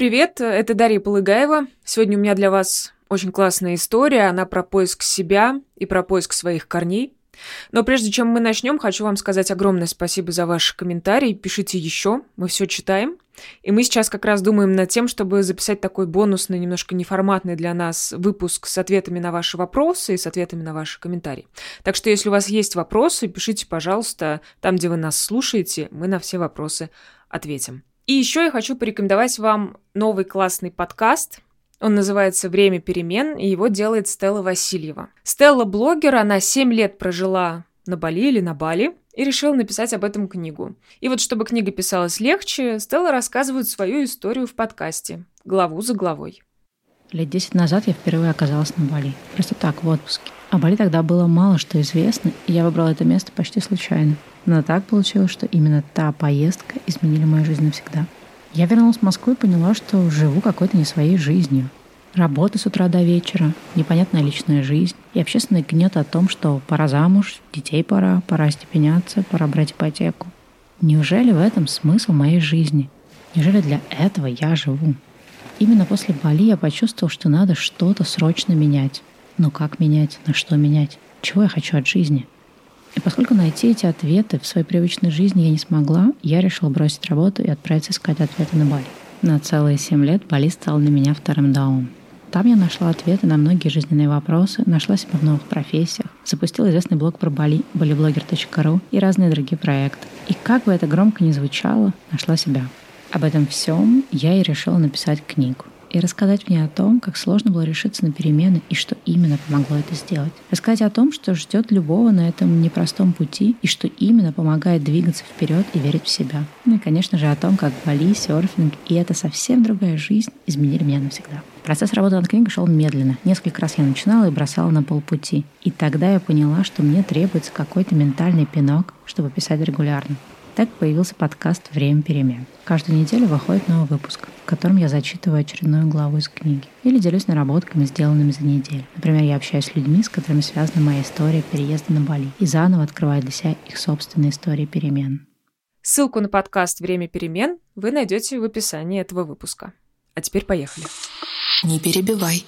Привет, это Дарья Полыгаева. Сегодня у меня для вас очень классная история. Она про поиск себя и про поиск своих корней. Но прежде чем мы начнем, хочу вам сказать огромное спасибо за ваши комментарии. Пишите еще, мы все читаем. И мы сейчас как раз думаем над тем, чтобы записать такой бонусный, немножко неформатный для нас выпуск с ответами на ваши вопросы и с ответами на ваши комментарии. Так что если у вас есть вопросы, пишите, пожалуйста, там, где вы нас слушаете, мы на все вопросы ответим. И еще я хочу порекомендовать вам новый классный подкаст. Он называется «Время перемен», и его делает Стелла Васильева. Стелла блогер, она 7 лет прожила на Бали или на Бали и решила написать об этом книгу. И вот чтобы книга писалась легче, Стелла рассказывает свою историю в подкасте, главу за главой. Лет 10 назад я впервые оказалась на Бали. Просто так, в отпуске. О Бали тогда было мало что известно, и я выбрала это место почти случайно. Но так получилось, что именно та поездка изменила мою жизнь навсегда. Я вернулась в Москву и поняла, что живу какой-то не своей жизнью. Работа с утра до вечера, непонятная личная жизнь и общественный гнет о том, что пора замуж, детей пора остепеняться, пора брать ипотеку. Неужели в этом смысл моей жизни? Неужели для этого я живу? Именно после Бали я почувствовала, что надо что-то срочно менять. Но как менять? На что менять? Чего я хочу от жизни? И поскольку найти эти ответы в своей привычной жизни я не смогла, я решила бросить работу и отправиться искать ответы на Бали. На целые 7 лет Бали стал для меня вторым домом. Там я нашла ответы на многие жизненные вопросы, нашла себя в новых профессиях, запустила известный блог про Бали, baliblogger.ru и разные другие проекты. И как бы это громко ни звучало, нашла себя. Об этом всем я и решила написать книгу. И рассказать мне о том, как сложно было решиться на перемены и что именно помогло это сделать. Рассказать о том, что ждет любого на этом непростом пути и что именно помогает двигаться вперед и верить в себя. Ну и, конечно же, о том, как Бали, серфинг и эта совсем другая жизнь изменили меня навсегда. Процесс работы над книгой шел медленно. Несколько раз я начинала и бросала на полпути. И тогда я поняла, что мне требуется какой-то ментальный пинок, чтобы писать регулярно. Так появился подкаст «Время перемен». Каждую неделю выходит новый выпуск, в котором я зачитываю очередную главу из книги или делюсь наработками, сделанными за неделю. Например, я общаюсь с людьми, с которыми связана моя история переезда на Бали, и заново открываю для себя их собственные истории перемен. Ссылку на подкаст «Время перемен» вы найдете в описании этого выпуска. А теперь поехали. Не перебивай.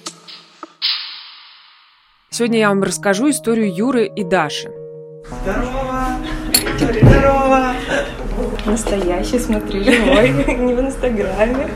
Сегодня я вам расскажу историю Юры и Даши. Здорово! Здорово! Настоящий, смотри, живой, не в Инстаграме.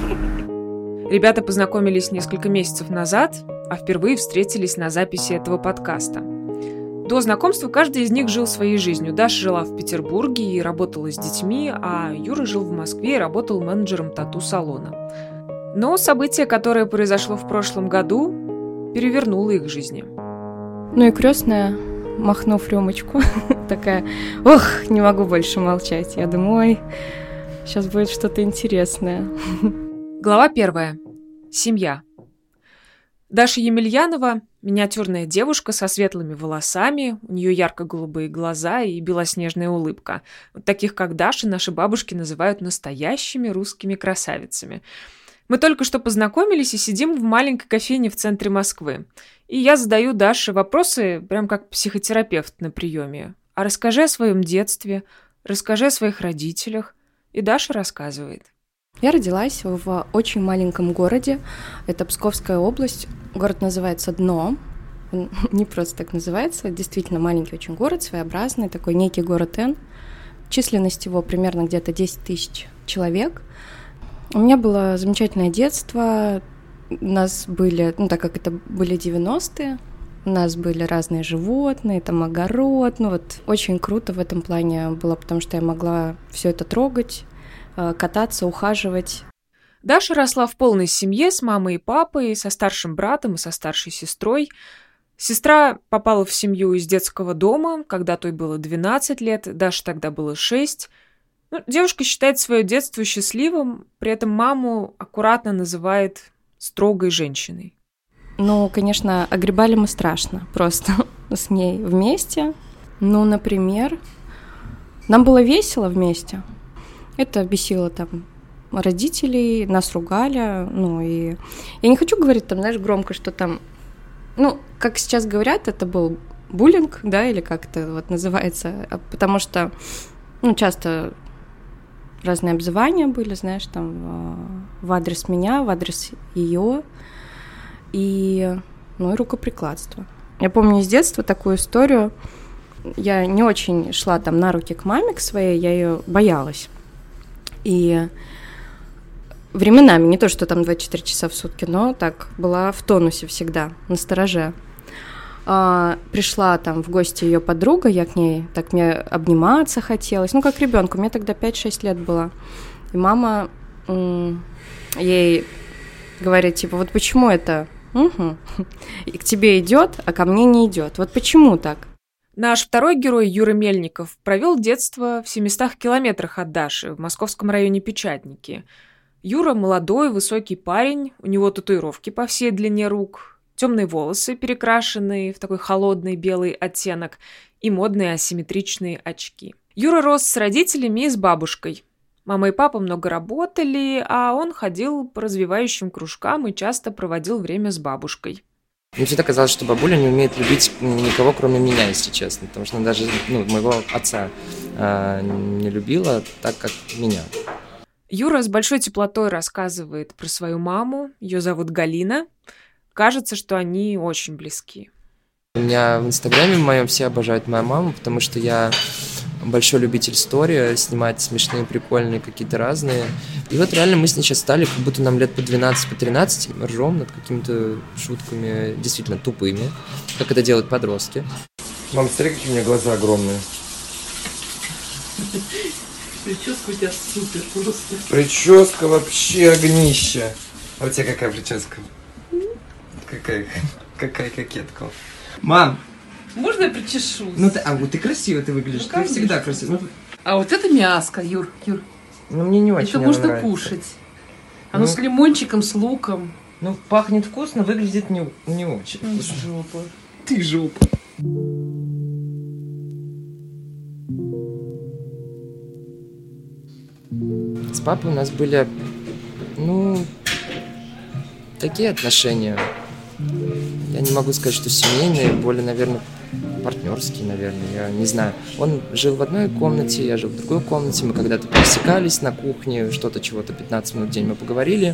Ребята познакомились несколько месяцев назад, а впервые встретились на записи этого подкаста. До знакомства каждый из них жил своей жизнью. Даша жила в Петербурге и работала с детьми, а Юра жил в Москве и работал менеджером тату-салона. Но событие, которое произошло в прошлом году, перевернуло их жизни. Ну и крестная, махнув рюмочку, такая: ох, не могу больше молчать. Я думаю, ой, сейчас будет что-то интересное. Глава 1. Семья. Даша Емельянова – миниатюрная девушка со светлыми волосами, у нее ярко-голубые глаза и белоснежная улыбка. Вот таких, как Даша, наши бабушки называют настоящими русскими красавицами. Мы только что познакомились и сидим в маленькой кофейне в центре Москвы. И я задаю Даше вопросы, прям как психотерапевт на приеме. А расскажи о своем детстве, расскажи о своих родителях. И Даша рассказывает. Я родилась в очень маленьком городе. Это Псковская область. Город называется Дно. Он не просто так называется. Действительно маленький очень город, своеобразный, такой некий город Н. Численность его примерно где-то 10 тысяч человек. У меня было замечательное детство. У нас были, так как это были 90-е, у нас были разные животные, там огород. Очень круто в этом плане было, потому что я могла все это трогать, кататься, ухаживать. Даша росла в полной семье с мамой и папой, со старшим братом и со старшей сестрой. Сестра попала в семью из детского дома, когда той было 12 лет, Даше тогда было 6. Девушка считает свое детство счастливым, при этом маму аккуратно называет строгой женщиной. Конечно, огребали мы страшно просто с ней вместе. Например, нам было весело вместе. Это бесило там родителей, нас ругали. И я не хочу говорить громко, что там, как сейчас говорят, это был буллинг, да, или как это называется, потому что, часто разные обзывания были, знаешь, там в адрес меня, в адрес ее, и рукоприкладство. Я помню из детства такую историю. Я не очень шла там на руки к маме, к своей, я ее боялась. И временами, не то, что там 24 часа в сутки, но так была в тонусе всегда, настороже. Пришла там в гости ее подруга, я к ней, так мне обниматься хотелось, как ребенку, мне тогда 5-6 лет было. И мама ей говорит, типа, вот почему это и к тебе идет, а ко мне не идет, вот почему так? Наш второй герой, Юра Мельников, провел детство в 700 километрах от Даши, в московском районе Печатники. Юра молодой, высокий парень, у него татуировки по всей длине рук, темные волосы, перекрашенные в такой холодный белый оттенок, и модные асимметричные очки. Юра рос с родителями и с бабушкой. Мама и папа много работали, а он ходил по развивающим кружкам и часто проводил время с бабушкой. Мне всегда казалось, что бабуля не умеет любить никого, кроме меня, если честно. Потому что она даже моего отца не любила так, как меня. Юра с большой теплотой рассказывает про свою маму. Ее зовут Галина. Кажется, что они очень близки. У меня в Инстаграме моем все обожают мою маму, потому что я большой любитель стори, снимать смешные, прикольные, какие-то разные. И вот реально мы с ней сейчас стали, как будто нам лет по 12, по 13, ржем над какими-то шутками, действительно тупыми, как это делают подростки. Мам, смотри, какие у меня глаза огромные. Прическа у тебя супер просто. Прическа вообще огнище. А у тебя какая прическа? Какая кокетка. Мам! Можно я причешусь? Ты красиво ты выглядишь, ты всегда красиво. А вот это мяско, Юр. Мне не очень это можно нравится. Кушать. Оно с лимончиком, с луком. Пахнет вкусно, выглядит не очень. Жопа. Ты жопа. С папой у нас были, такие отношения. Я не могу сказать, что семейные, более, наверное, партнерские, наверное, я не знаю. Он жил в одной комнате, я жил в другой комнате, мы когда-то пересекались на кухне, чего-то 15 минут в день мы поговорили.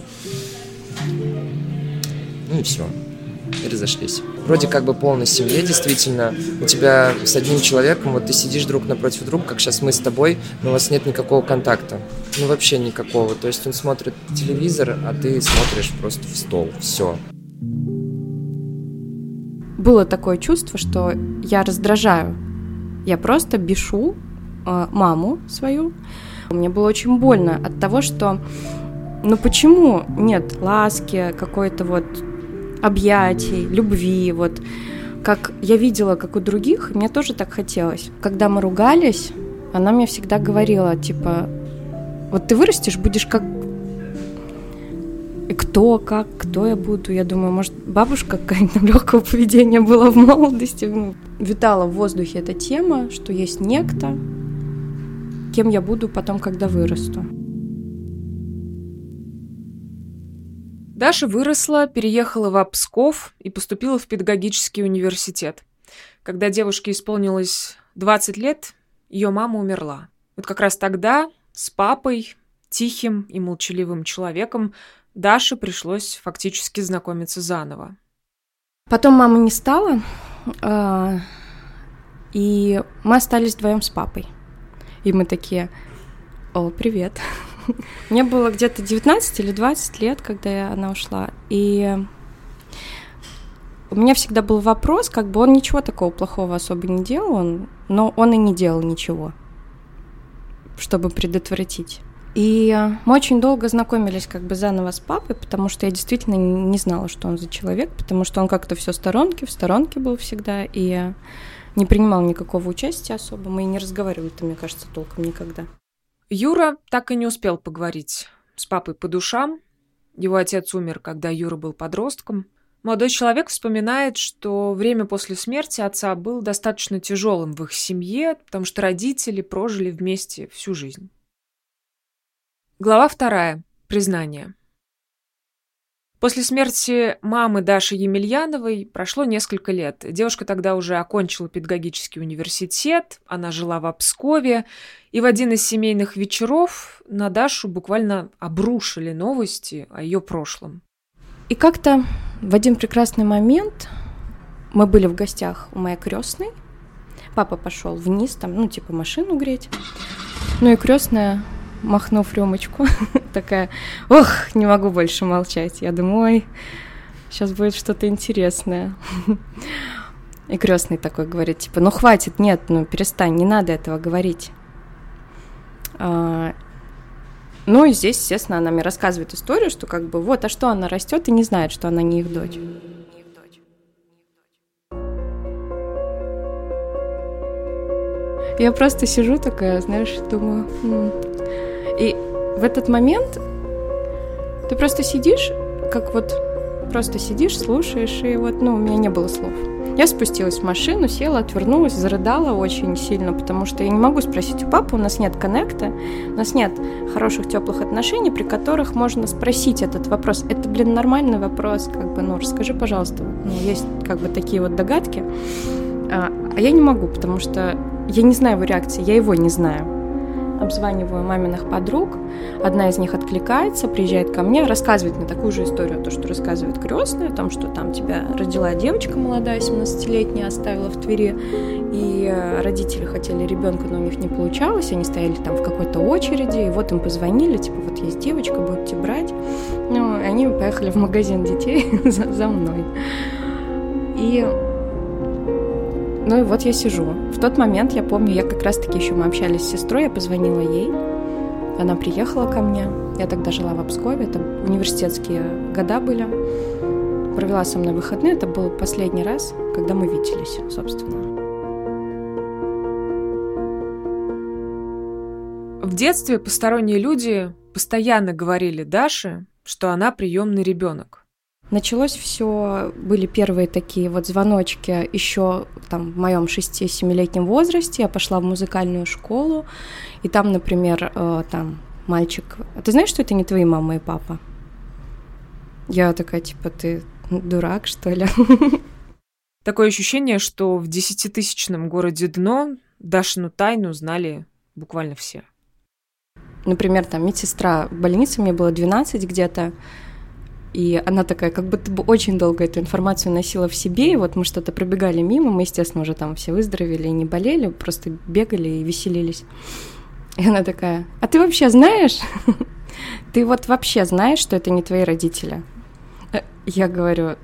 И все. И разошлись. Вроде как бы полной семье, действительно. У тебя с одним человеком, ты сидишь друг напротив друга, как сейчас мы с тобой, но у вас нет никакого контакта. Вообще никакого. То есть он смотрит телевизор, а ты смотришь просто в стол. Все. Было такое чувство, что я раздражаю. Я просто бешу маму свою. Мне было очень больно от того, что почему нет ласки, какой-то объятий, любви, как я видела, как у других, и мне тоже так хотелось. Когда мы ругались, она мне всегда говорила, типа, ты вырастешь, будешь как... И кто я буду? Я думаю, может, бабушка какая-то легкого поведения была в молодости. Витала в воздухе эта тема, что есть некто, кем я буду потом, когда вырасту. Даша выросла, переехала в Псков и поступила в педагогический университет. Когда девушке исполнилось 20 лет, ее мама умерла. Как раз тогда с папой, тихим и молчаливым человеком, Даше пришлось фактически знакомиться заново. Потом мамы не стало, и мы остались вдвоем с папой. И мы такие: «О, привет». Мне было где-то 19 или 20 лет, когда она ушла. И у меня всегда был вопрос, он ничего такого плохого особо не делал, но он и не делал ничего, чтобы предотвратить. И мы очень долго знакомились заново с папой, потому что я действительно не знала, что он за человек, потому что он как-то все в сторонке был всегда, и не принимал никакого участия особо. Мы и не разговаривали-то, мне кажется, толком никогда. Юра так и не успел поговорить с папой по душам. Его отец умер, когда Юра был подростком. Молодой человек вспоминает, что время после смерти отца было достаточно тяжелым в их семье, потому что родители прожили вместе всю жизнь. Глава 2. Признание. После смерти мамы Даши Емельяновой прошло несколько лет. Девушка тогда уже окончила педагогический университет, она жила в Пскове, и в один из семейных вечеров на Дашу буквально обрушили новости о ее прошлом. И как-то в один прекрасный момент мы были в гостях у моей крестной. Папа пошел вниз, там, машину греть. Ну и крестная, махнув рюмочку, такая: ох, не могу больше молчать. Я думаю, ой, сейчас будет что-то интересное. И крестный такой говорит, типа, ну хватит, нет, перестань, не надо этого говорить. Ну и здесь, естественно, она мне рассказывает историю, что как бы вот, а что она растет и не знает, что она не их дочь. Я просто сижу такая, знаешь, думаю... И в этот момент ты просто сидишь, просто сидишь, слушаешь, и у меня не было слов. Я спустилась в машину, села, отвернулась, зарыдала очень сильно, потому что я не могу спросить у папы, у нас нет коннекта, у нас нет хороших, теплых отношений, при которых можно спросить этот вопрос. Это, нормальный вопрос, расскажи, пожалуйста. Есть такие догадки, а я не могу, потому что я не знаю его реакции, я его не знаю. Обзваниваю маминых подруг, одна из них откликается, приезжает ко мне, рассказывает мне такую же историю, то, что рассказывает крестная, о том, что там тебя родила девочка молодая, 17-летняя, оставила в Твери, и родители хотели ребенка, но у них не получалось, они стояли там в какой-то очереди, и вот им позвонили, типа, вот есть девочка, будете брать. Ну, они поехали в магазин детей за мной. Ну и вот я сижу. В тот момент, я помню, я как раз-таки еще мы общались с сестрой, я позвонила ей, она приехала ко мне, я тогда жила в Пскове, это университетские года были, провела со мной выходные, это был последний раз, когда мы виделись, собственно. В детстве посторонние люди постоянно говорили Даше, что она приемный ребенок. Началось все, были первые такие звоночки еще там в моем 6-7-летнем возрасте. Я пошла в музыкальную школу, и там, например, там мальчик: а ты знаешь, что это не твои мама и папа? Я такая, типа, ты дурак, что ли? Такое ощущение, что в 10-тысячном городе Дно Дашину тайну знали буквально все. Например, там медсестра в больнице, мне было 12 где-то, и она такая, как будто бы очень долго эту информацию носила в себе, и вот мы что-то пробегали мимо, мы, естественно, уже там все выздоровели и не болели, просто бегали и веселились. И она такая: а ты вообще знаешь? Ты вообще знаешь, что это не твои родители? Я говорю: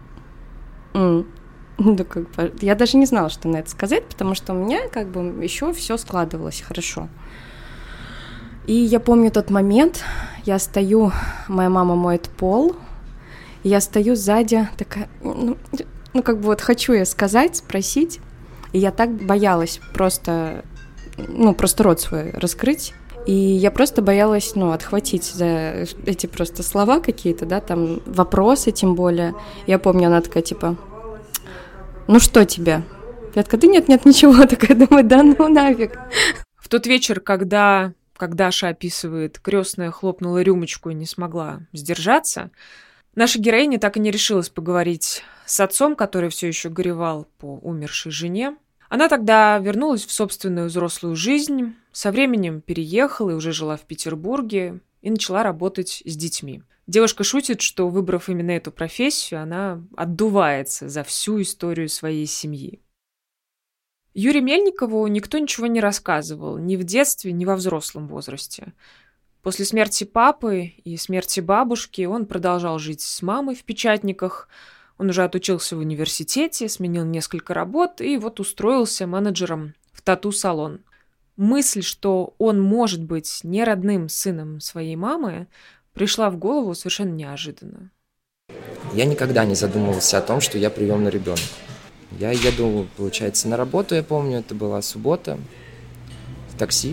я даже не знала, что на это сказать, потому что у меня еще все складывалось хорошо. И я помню тот момент, я стою, моя мама моет пол, и я стою сзади, такая, хочу я сказать, спросить, и я так боялась просто рот свой раскрыть, и я просто боялась, отхватить за эти просто слова какие-то, да, там, вопросы тем более. Я помню, она такая, типа: ну что тебе? Я такая: да нет, ничего, такая, думаю, да ну нафиг. В тот вечер, когда, как Даша описывает, крестная хлопнула рюмочку и не смогла сдержаться, наша героиня так и не решилась поговорить с отцом, который все еще горевал по умершей жене. Она тогда вернулась в собственную взрослую жизнь, со временем переехала и уже жила в Петербурге и начала работать с детьми. Девушка шутит, что, выбрав именно эту профессию, она отдувается за всю историю своей семьи. Юрию Мельникову никто ничего не рассказывал ни в детстве, ни во взрослом возрасте. После смерти папы и смерти бабушки он продолжал жить с мамой в Печатниках. Он уже отучился в университете, сменил несколько работ и устроился менеджером в тату-салон. Мысль, что он может быть не родным сыном своей мамы, пришла в голову совершенно неожиданно. Я никогда не задумывался о том, что я приемный ребенок. Я еду, получается, на работу, я помню, это была суббота, в такси.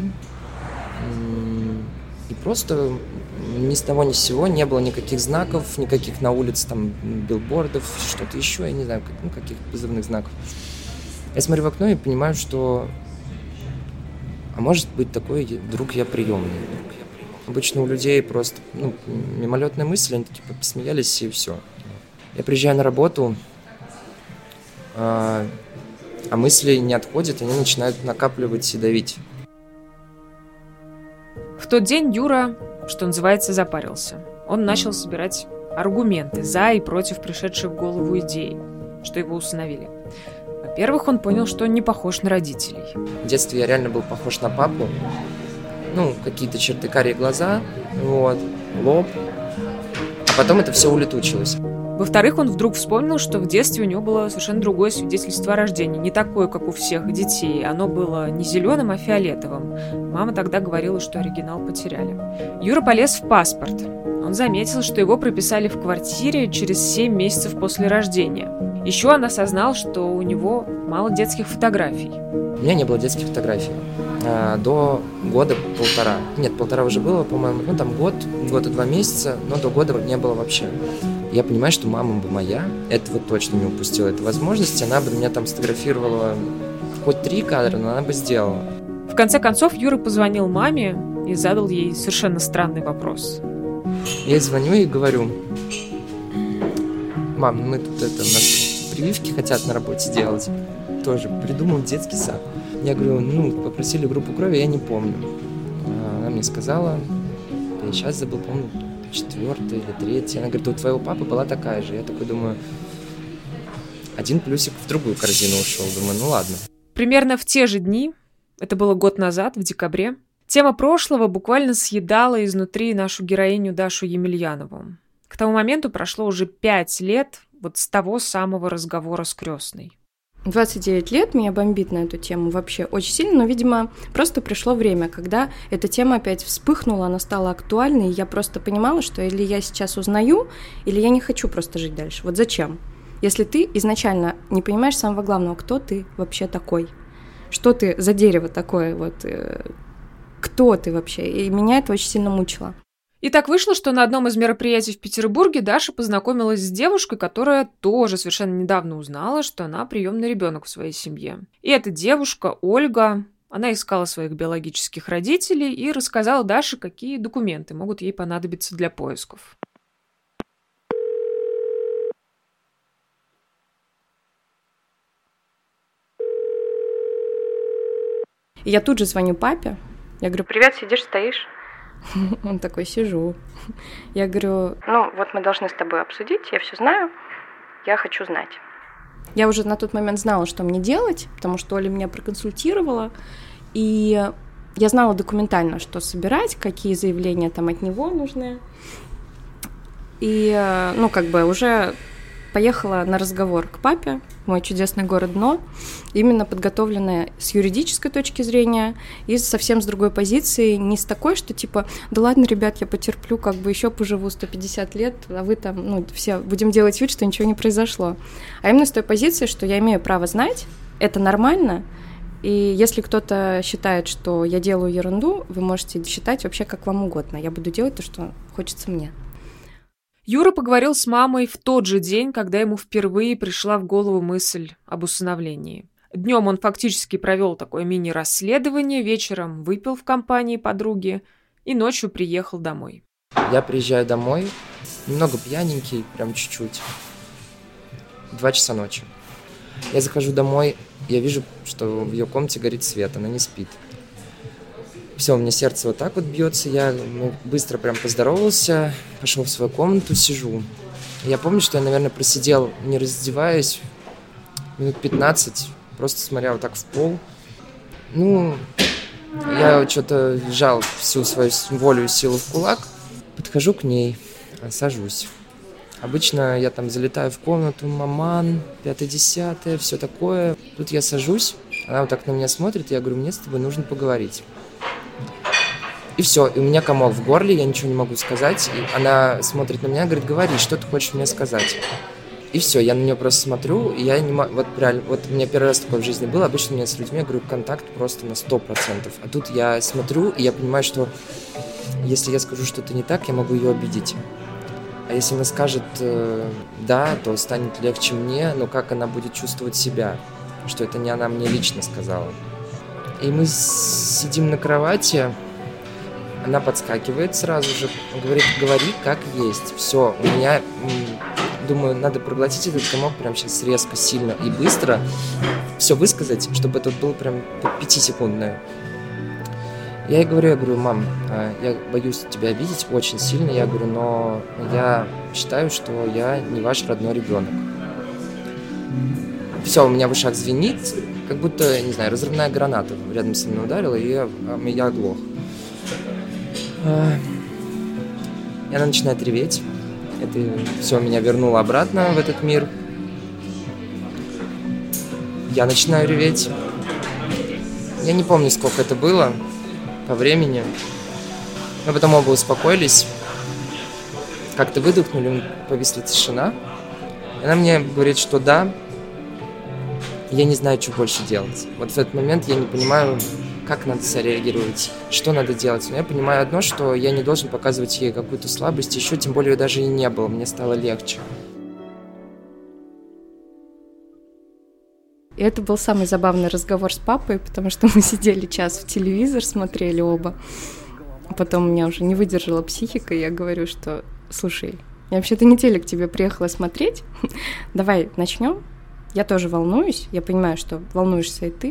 И просто ни с того ни с сего не было никаких знаков, никаких на улице там билбордов, что-то еще, я не знаю, каких позывных знаков. Я смотрю в окно и понимаю, что, а может быть, такой друг я приемный. Обычно у людей просто мимолетные мысли, они типа посмеялись и все. Я приезжаю на работу, а мысли не отходят, они начинают накапливать и давить. В тот день Юра, что называется, запарился. Он начал собирать аргументы за и против пришедшей в голову идеи, что его усыновили. Во-первых, он понял, что он не похож на родителей. В детстве я реально был похож на папу. Какие-то черты, карие глаза, лоб. А потом это все улетучилось. Во-вторых, он вдруг вспомнил, что в детстве у него было совершенно другое свидетельство о рождении. Не такое, как у всех детей. Оно было не зеленым, а фиолетовым. Мама тогда говорила, что оригинал потеряли. Юра полез в паспорт. Он заметил, что его прописали в квартире через 7 месяцев после рождения. Еще он осознал, что у него мало детских фотографий. У меня не было детских фотографий. До года-полтора. Нет, полтора уже было, по-моему. год и 2 месяца, но до года не было вообще. Я понимаю, что мама бы моя этого точно не упустила, этой возможности. Она бы меня там сфотографировала хоть 3 кадра, но она бы сделала. В конце концов, Юра позвонил маме и задал ей совершенно странный вопрос. Я ей звоню и говорю: мам, мы тут у нас прививки хотят на работе делать. Тоже придумал детский сад. Я говорю, попросили группу крови, я не помню. Она мне сказала, я сейчас забыл, помню, 4-я или 3-я. Она говорит, у твоего папы была такая же. Я такой думаю, один плюсик в другую корзину ушел. Думаю, ладно. Примерно в те же дни, это было год назад, в декабре, тема прошлого буквально съедала изнутри нашу героиню Дашу Емельянову. К тому моменту прошло уже 5 лет с того самого разговора с крестной. 29 лет меня бомбит на эту тему вообще очень сильно, но, видимо, просто пришло время, когда эта тема опять вспыхнула, она стала актуальной, и я просто понимала, что или я сейчас узнаю, или я не хочу просто жить дальше. Вот зачем? Если ты изначально не понимаешь самого главного, кто ты вообще такой, что ты за дерево такое, кто ты вообще, и меня это очень сильно мучило. И так вышло, что на одном из мероприятий в Петербурге Даша познакомилась с девушкой, которая тоже совершенно недавно узнала, что она приемный ребенок в своей семье. И эта девушка, Ольга, она искала своих биологических родителей и рассказала Даше, какие документы могут ей понадобиться для поисков. И я тут же звоню папе. Я говорю, привет, сидишь, стоишь? Он такой, сижу. Я говорю, мы должны с тобой обсудить, я все знаю, я хочу знать. Я уже на тот момент знала, что мне делать, потому что Оля меня проконсультировала, и я знала документально, что собирать, какие заявления там от него нужны. И, уже поехала на разговор к папе, в мой чудесный город Дно, именно подготовленная с юридической точки зрения и совсем с другой позиции, не с такой, что да ладно, ребят, я потерплю, еще поживу 150 лет, а вы там, все будем делать вид, что ничего не произошло. А именно с той позиции, что я имею право знать, это нормально, и если кто-то считает, что я делаю ерунду, вы можете считать вообще как вам угодно, я буду делать то, что хочется мне. Юра поговорил с мамой в тот же день, когда ему впервые пришла в голову мысль об усыновлении. Днем он фактически провел такое мини-расследование, вечером выпил в компании подруги и ночью приехал домой. Я приезжаю домой, немного пьяненький, прям чуть-чуть. 2 часа ночи. Я захожу домой, я вижу, что в ее комнате горит свет, она не спит. Все, у меня сердце вот так вот бьется, я быстро прям поздоровался, пошел в свою комнату, сижу. Я помню, что я, наверное, просидел, не раздеваясь, минут 15, просто смотря вот так в пол. Я что-то сжал всю свою волю и силу в кулак, подхожу к ней, сажусь. Обычно я там залетаю в комнату, маман, 5-10, все такое. Тут я сажусь, она вот так на меня смотрит, я говорю, мне с тобой нужно поговорить. И все, и у меня комок в горле, я ничего не могу сказать. И она смотрит на меня, говорит, говори, что ты хочешь мне сказать. И все, я на нее просто смотрю, и я не могу, реально, у меня первый раз такое в жизни было, обычно у меня с людьми, я говорю, контакт просто на 100%. А тут я смотрю, и я понимаю, что если я скажу что-то не так, я могу ее обидеть. А если она скажет да, то станет легче мне, но как она будет чувствовать себя, что это не она мне лично сказала. И мы сидим на кровати, Она подскакивает сразу же, говорит, говори как есть. Все, у меня, думаю, надо проглотить этот комок прям сейчас резко, сильно и быстро. Все высказать, чтобы это было прям 5-секундное. Я ей говорю, мам, я боюсь тебя обидеть очень сильно, я говорю, но я считаю, что я не ваш родной ребенок. Все, у меня в ушах звенит, как будто, не знаю, разрывная граната рядом со мной ударила, и я оглох. И она начинает реветь. Это все меня вернуло обратно в этот мир. Я начинаю реветь. Я не помню, сколько это было по времени. Мы потом оба успокоились. Как-то выдохнули, повисла тишина. И она мне говорит, что да, я не знаю, что больше делать. Вот в этот момент я не понимаю, как надо среагировать, что надо делать. Но я понимаю одно, что я не должен показывать ей какую-то слабость, еще тем более даже и не было, мне стало легче. И это был самый забавный разговор с папой, потому что мы сидели час в телевизор, смотрели оба. Потом у меня уже не выдержала психика, и я говорю, что, слушай, я вообще-то не телек тебе приехала смотреть, давай начнем. Я тоже волнуюсь, я понимаю, что волнуешься и ты.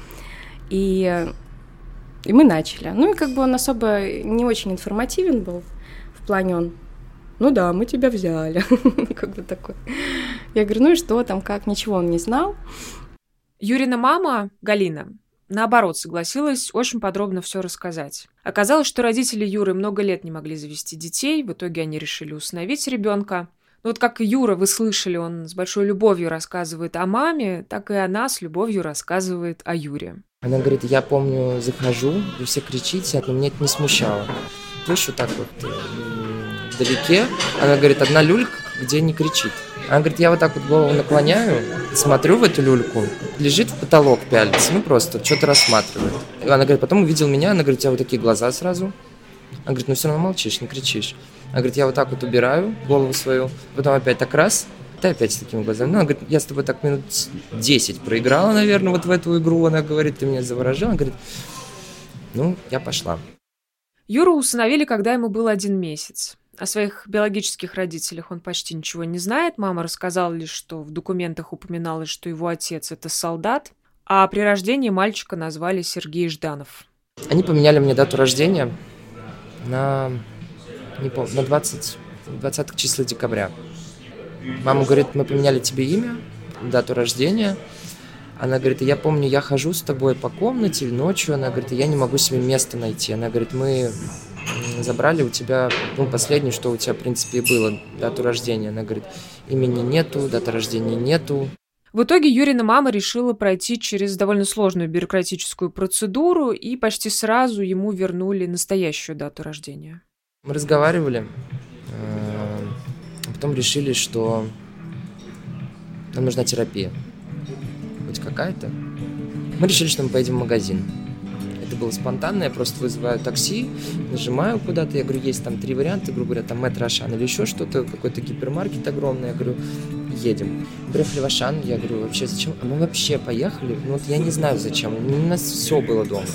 И мы начали. Ну и как бы он особо не очень информативен был, в плане он, ну да, мы тебя взяли, как бы такой. Я говорю, ну и что там, как, ничего он не знал. Юрина мама, Галина, наоборот, согласилась очень подробно все рассказать. Оказалось, что родители Юры много лет не могли завести детей, в итоге они решили усыновить ребенка. Ну вот как и Юра, вы слышали, он с большой любовью рассказывает о маме, так и она с любовью рассказывает о Юре. Она говорит, я помню, захожу, вы все кричите, но меня это не смущало. Слышу так вот вдалеке, она говорит, одна люлька, где не кричит. Она говорит, я вот так вот голову наклоняю, смотрю в эту люльку, лежит в потолок, пялится, ну просто что-то рассматривает. Она говорит, потом увидел меня, она говорит, у тебя вот такие глаза сразу. Она говорит, ну все равно молчишь, не кричишь. Она говорит, я вот так вот убираю голову свою, потом опять так раз, ты опять с такими глазами. Ну, она говорит, я с тобой так минут 10 проиграла, наверное, вот в эту игру. Она говорит, ты меня заворожила. Она говорит, ну, я пошла. Юру усыновили, когда ему был 1 месяц. О своих биологических родителях он почти ничего не знает. Мама рассказала лишь, что в документах упоминалось, что его отец – это солдат, а при рождении мальчика назвали Сергей Жданов. Они поменяли мне дату рождения на 20 числа декабря. Мама говорит, мы поменяли тебе имя, дату рождения. Она говорит, я помню, я хожу с тобой по комнате ночью. Она говорит, я не могу себе места найти. Она говорит, мы забрали у тебя, последнее, что у тебя, в принципе, и было, дату рождения. Она говорит, имени нету, даты рождения нету. В итоге Юрина мама решила пройти через довольно сложную бюрократическую процедуру, и почти сразу ему вернули настоящую дату рождения. Мы разговаривали, а потом решили, что нам нужна терапия. Хоть какая-то. Мы решили, что мы поедем в магазин. Это было спонтанно, я просто вызываю такси, нажимаю куда-то, я говорю, есть там 3 варианта, грубо говоря, там Метро Ашан или еще что-то, какой-то гипермаркет огромный, я говорю, едем. Приехали в Ашан, я говорю, вообще зачем? А мы вообще поехали, ну вот я не знаю зачем, у нас все было дома.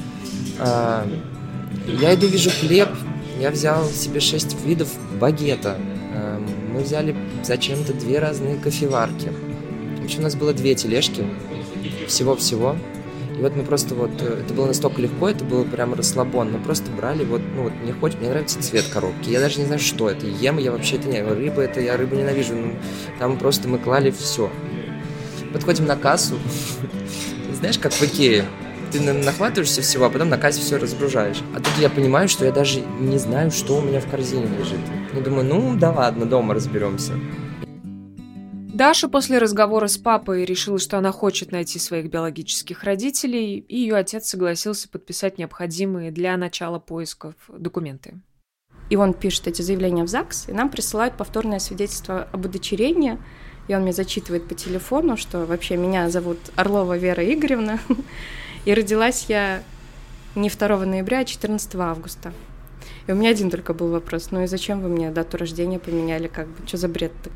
Я иду, вижу хлеб, я взял себе 6 видов багета, мы взяли зачем-то 2 разные кофеварки. В общем, у нас было 2 тележки, всего-всего. И вот мы просто это было настолько легко, это было прям расслабон. Мы просто брали мне нравится цвет коробки. Я даже не знаю, что это. Ем я вообще это не. Рыба это, я рыбу ненавижу. Там просто мы клали все. Подходим на кассу. Знаешь, как в Икее. Ты нахватываешься всего, а потом на кассе все разгружаешь. А тут я понимаю, что я даже не знаю, что у меня в корзине лежит. Я думаю, да ладно, дома разберемся. Даша после разговора с папой решила, что она хочет найти своих биологических родителей, и ее отец согласился подписать необходимые для начала поисков документы. И он пишет эти заявления в ЗАГС, и нам присылают повторное свидетельство об удочерении, и он мне зачитывает по телефону, что вообще меня зовут Орлова Вера Игоревна, и родилась я не 2 ноября, а 14 августа. И у меня один только был вопрос, ну и зачем вы мне дату рождения поменяли, как бы, что за бред-то?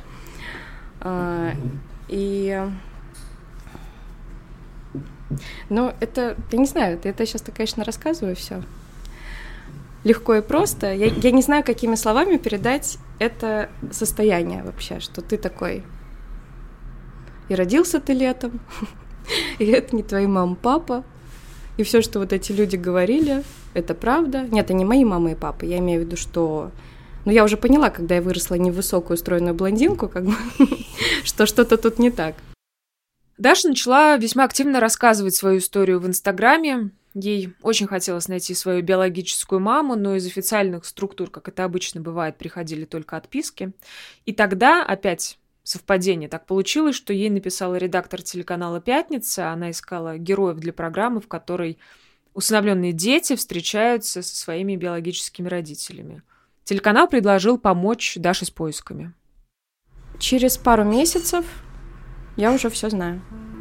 Ну, это, я не знаю, это я сейчас, конечно, рассказываю все. легко и просто. Я не знаю, какими словами передать это состояние вообще, что ты такой... И родился ты летом, и это не твои мама, папа, и все, что вот эти люди говорили, это правда. Нет, это не мои мама и папа, я имею в виду, что... Ну, я уже поняла, когда я выросла невысокую стройную блондинку, как бы, что что-то тут не так. Даша начала весьма активно рассказывать свою историю в Инстаграме. Ей очень хотелось найти свою биологическую маму, но из официальных структур, как это обычно бывает, приходили только отписки. И тогда опять... Совпадение. Так получилось, что ей написала редактор телеканала «Пятница». Она искала героев для программы, в которой усыновленные дети встречаются со своими биологическими родителями. Телеканал предложил помочь Даше с поисками. Через пару месяцев я уже все знаю.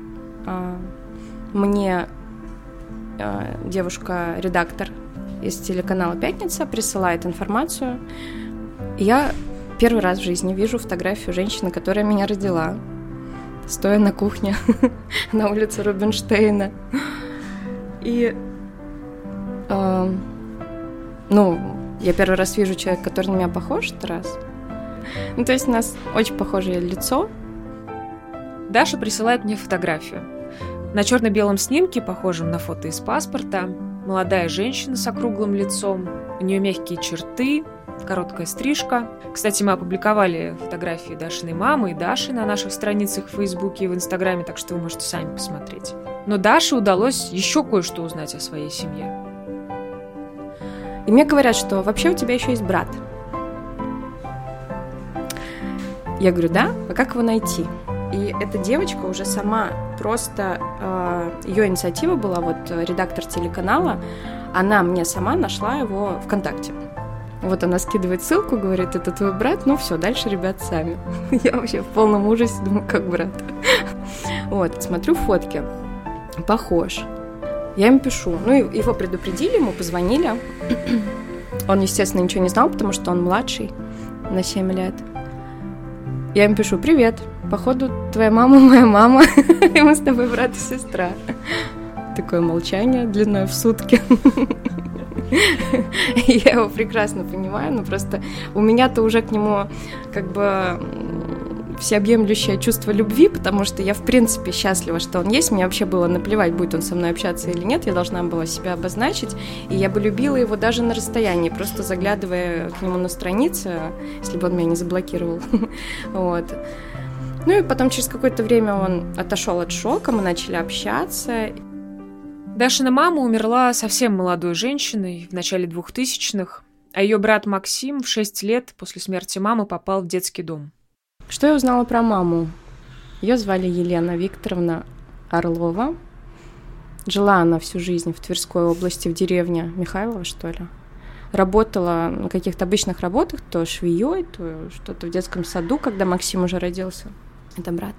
Мне девушка-редактор из телеканала «Пятница» присылает информацию. Я первый раз в жизни вижу фотографию женщины, которая меня родила, стоя на кухне на улице Рубинштейна. И, я первый раз вижу человека, который на меня похож, это раз. Ну, то есть у нас очень похожее лицо. Даша присылает мне фотографию. На черно-белом снимке, похожем на фото из паспорта, молодая женщина с округлым лицом, у нее мягкие черты, короткая стрижка. Кстати, мы опубликовали фотографии Дашиной мамы и Даши на наших страницах в Фейсбуке и в Инстаграме, так что вы можете сами посмотреть. Но Даше удалось еще кое-что узнать о своей семье. И мне говорят, что вообще у тебя еще есть брат. Я говорю, да? А как его найти? И эта девочка уже сама, просто ее инициатива была, вот редактор телеканала, она мне сама нашла его ВКонтакте. Вот она скидывает ссылку, говорит, это твой брат, ну все, дальше ребят сами. Я вообще в полном ужасе, думаю, как брат. Вот, смотрю фотки, похож. Я ему пишу, его предупредили, ему позвонили. Он, естественно, ничего не знал, потому что он младший, на 7 лет. Я ему пишу, привет, походу твоя мама моя мама, и мы с тобой брат и сестра. Такое молчание длиной в сутки. Я его прекрасно понимаю, но просто у меня-то уже к нему как бы всеобъемлющее чувство любви, потому что я в принципе счастлива, что он есть. Мне вообще было наплевать, будет он со мной общаться или нет, я должна была себя обозначить, и я бы любила его даже на расстоянии, просто заглядывая к нему на страницы, если бы он меня не заблокировал. Вот. Ну и потом через какое-то время он отошел от шока, мы начали общаться. Дашина мама умерла совсем молодой женщиной в начале 2000-х, а ее брат Максим в 6 лет после смерти мамы попал в детский дом. Что я узнала про маму? Ее звали Елена Викторовна Орлова. Жила она всю жизнь в Тверской области, в деревне Михайлова, что ли. Работала на каких-то обычных работах, то швеей, то что-то в детском саду, когда Максим уже родился. Это брат.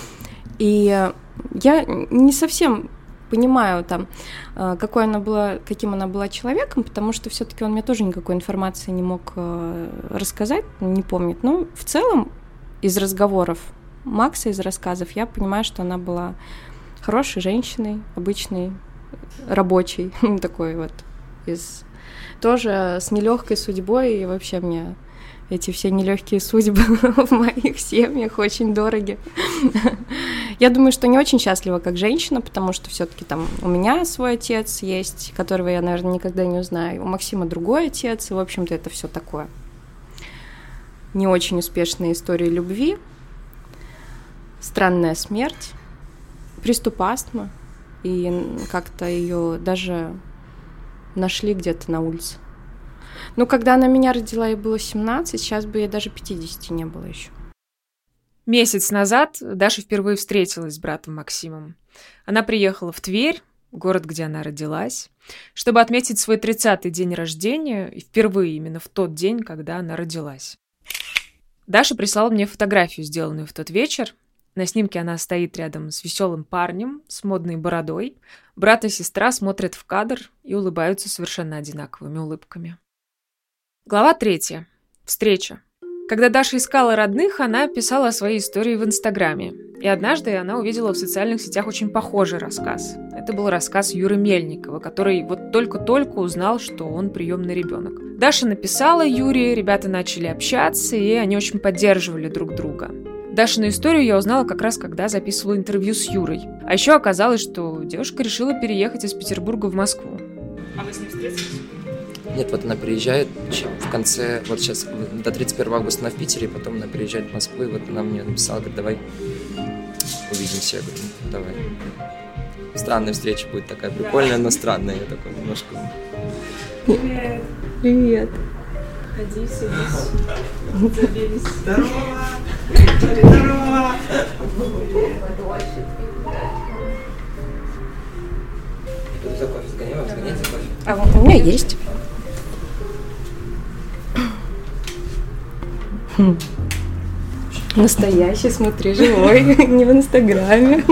И я не совсем понимаю, каким она была человеком, потому что все-таки он мне тоже никакой информации не мог рассказать, не помнит. Но в целом из разговоров Макса, из рассказов, я понимаю, что она была хорошей женщиной, обычной, рабочей, такой вот, тоже с нелегкой судьбой, и вообще мне эти все нелегкие судьбы в моих семьях очень дороги. Я думаю, что не очень счастлива как женщина, потому что все-таки там у меня свой отец есть, которого я, наверное, никогда не узнаю. У Максима другой отец, и, в общем-то, это все такое. Не очень успешные истории любви, странная смерть, приступ астмы, и как-то ее даже нашли где-то на улице. Ну, когда она меня родила, ей было 17, сейчас бы ей даже 50 не было еще. Месяц назад Даша впервые встретилась с братом Максимом. Она приехала в Тверь, город, где она родилась, чтобы отметить свой 30-й день рождения, и впервые именно в тот день, когда она родилась. Даша прислала мне фотографию, сделанную в тот вечер. На снимке она стоит рядом с веселым парнем, с модной бородой. Брат и сестра смотрят в кадр и улыбаются совершенно одинаковыми улыбками. Глава 3. Встреча. Когда Даша искала родных, она писала о своей истории в Инстаграме. И однажды она увидела в социальных сетях очень похожий рассказ. Это был рассказ Юры Мельникова, который вот только-только узнал, что он приемный ребенок. Даша написала Юре, ребята начали общаться, и они очень поддерживали друг друга. Дашину историю я узнала как раз, когда записывала интервью с Юрой. А еще оказалось, что девушка решила переехать из Петербурга в Москву. А вы с ней встретились? Нет, вот она приезжает в конце, вот сейчас до 31 августа она в Питере, потом она приезжает в Москву, и вот она мне написала, говорит, давай увидимся. Я говорю, давай. Странная встреча будет такая, прикольная, но странная. Я такой немножко... Привет. Привет. Ходи, садись. Забились. Здорово! Здорово! Пойду за кофе сгоняю, вам сгонять за кофе? А у меня есть. Настоящий, смотри, живой, не в Инстаграме.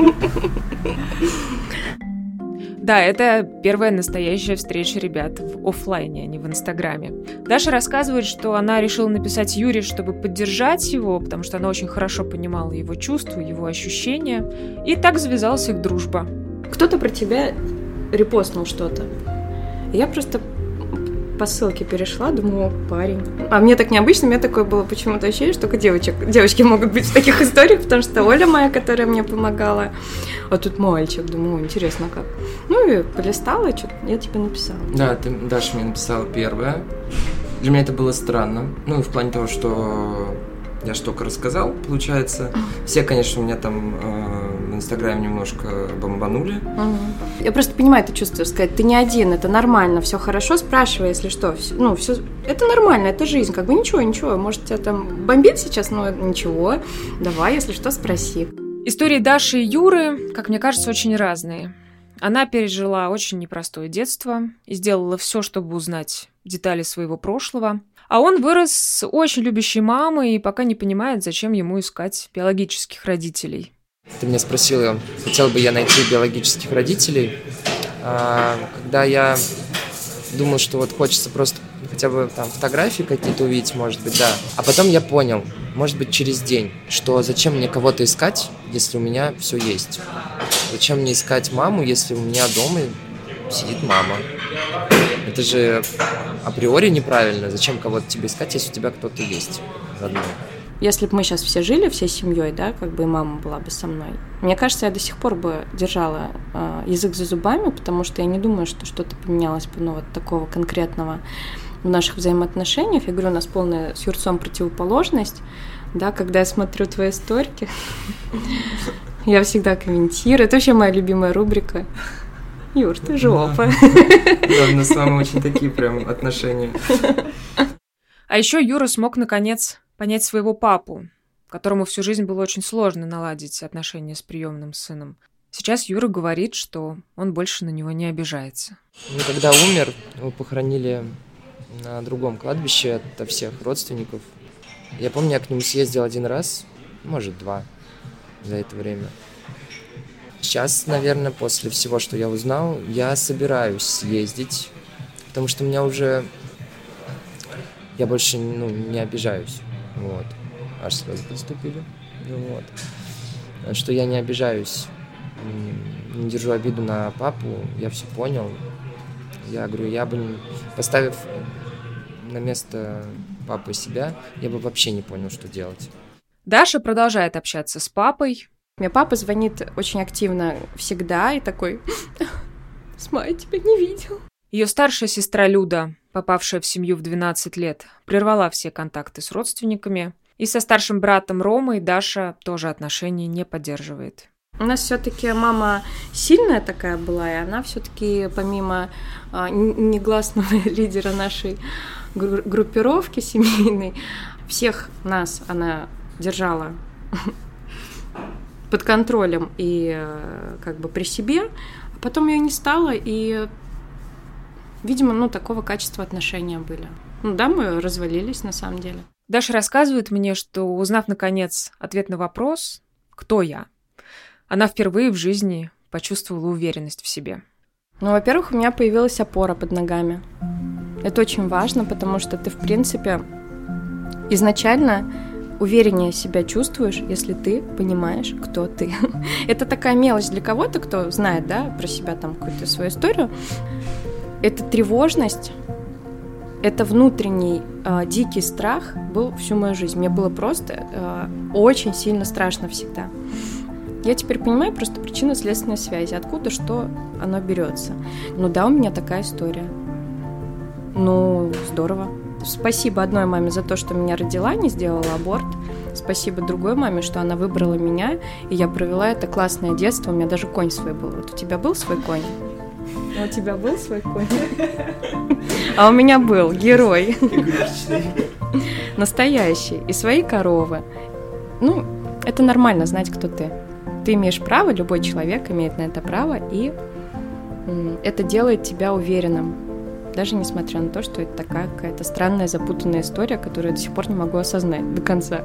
Да, это первая настоящая встреча ребят в офлайне, а не в Инстаграме. Даша рассказывает, что она решила написать Юре, чтобы поддержать его, потому что она очень хорошо понимала его чувства, его ощущения, и так завязалась их дружба. Кто-то про тебя репостнул что-то. Я просто по ссылке перешла, думаю, о, парень. А мне так необычно, у меня такое было почему-то ощущение, что только девочки могут быть в таких историях, потому что Оля моя, которая мне помогала, а тут мальчик, думаю, интересно как. Ну и полистала, что-то я тебе написала. Да, Даша мне написала первое. Для меня это было странно. Ну и в плане того, что я же только рассказал, получается. Все, конечно, у меня там в Инстаграме немножко бомбанули. Я просто понимаю это чувство, сказать, ты не один, это нормально, все хорошо, спрашивай, если что. Все, это нормально, это жизнь, как бы ничего, может тебя там бомбит сейчас, но ничего, давай, если что, спроси. Истории Даши и Юры, как мне кажется, очень разные. Она пережила очень непростое детство и сделала все, чтобы узнать детали своего прошлого. А он вырос с очень любящей мамой и пока не понимает, зачем ему искать биологических родителей. Ты меня спросила, хотел бы я найти биологических родителей. Когда я думал, что вот хочется просто хотя бы там фотографии какие-то увидеть, может быть, да. А потом я понял, может быть, через день, что зачем мне кого-то искать, если у меня все есть. Зачем мне искать маму, если у меня дома сидит мама. Это же априори неправильно. Зачем кого-то тебе искать, если у тебя кто-то есть родной? Если бы мы сейчас все жили, всей семьей, да, как бы и мама была бы со мной, мне кажется, я до сих пор бы держала язык за зубами, потому что я не думаю, что что-то поменялось бы, ну, вот такого конкретного в наших взаимоотношениях. Я говорю, у нас полная с Юрцом противоположность, да, когда я смотрю твои сторики, я всегда комментирую. Это вообще моя любимая рубрика. Юр, ты жопа. Да, у нас с вами очень такие прям отношения. А еще Юра смог, наконец, понять своего папу, которому всю жизнь было очень сложно наладить отношения с приемным сыном. Сейчас Юра говорит, что он больше на него не обижается. Ну, когда умер, его похоронили на другом кладбище ото всех родственников. Я помню, я к нему съездил один раз, может, два за это время. Сейчас, наверное, после всего, что я узнал, я собираюсь съездить, потому что у меня уже... Я больше не обижаюсь. Вот. Аж слезы подступили. Вот. Что я не обижаюсь, не держу обиду на папу, я все понял. Я говорю, я бы, поставив на место папы себя, я бы вообще не понял, что делать. Даша продолжает общаться с папой. Мне папа звонит очень активно всегда и такой, Сма, я тебя не видел. Ее старшая сестра Люда, попавшая в семью в 12 лет, прервала все контакты с родственниками. И со старшим братом Ромой Даша тоже отношений не поддерживает. У нас все-таки мама сильная такая была, и она все-таки помимо негласного лидера нашей группировки семейной, всех нас она держала под контролем и как бы при себе, а потом ее не стало, и, видимо, такого качества отношения были. Да, мы развалились на самом деле. Даша рассказывает мне, что, узнав, наконец, ответ на вопрос «Кто я?», она впервые в жизни почувствовала уверенность в себе. Во-первых, у меня появилась опора под ногами. Это очень важно, потому что ты, в принципе, изначально увереннее себя чувствуешь, если ты понимаешь, кто ты. Это такая мелочь для кого-то, кто знает, да, про себя там какую-то свою историю. Эта тревожность, это внутренний дикий страх был всю мою жизнь. Мне было просто очень сильно страшно всегда. Я теперь понимаю просто причинно-следственной связи, откуда что оно берется. Ну да, у меня такая история. Ну, здорово. Спасибо одной маме за то, что меня родила, не сделала аборт. Спасибо другой маме, что она выбрала меня, и я провела это классное детство. У меня даже конь свой был. Вот у тебя был свой конь? А у тебя был свой конь? А у меня был герой. Настоящий. И свои коровы. Ну, это нормально знать, кто ты. Ты имеешь право, любой человек имеет на это право, и это делает тебя уверенным. Даже несмотря на то, что это такая какая-то странная, запутанная история, которую я до сих пор не могу осознать до конца.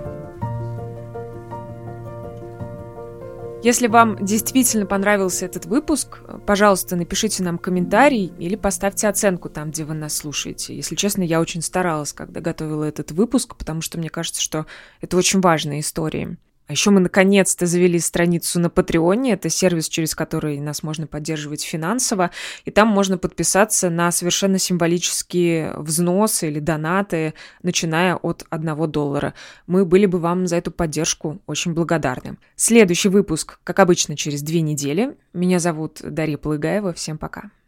Если вам действительно понравился этот выпуск, пожалуйста, напишите нам комментарий или поставьте оценку там, где вы нас слушаете. Если честно, я очень старалась, когда готовила этот выпуск, потому что мне кажется, что это очень важная история. А еще мы наконец-то завели страницу на Патреоне. Это сервис, через который нас можно поддерживать финансово. И там можно подписаться на совершенно символические взносы или донаты, начиная от $1. Мы были бы вам за эту поддержку очень благодарны. Следующий выпуск, как обычно, через 2 недели. Меня зовут Дарья Полыгаева. Всем пока.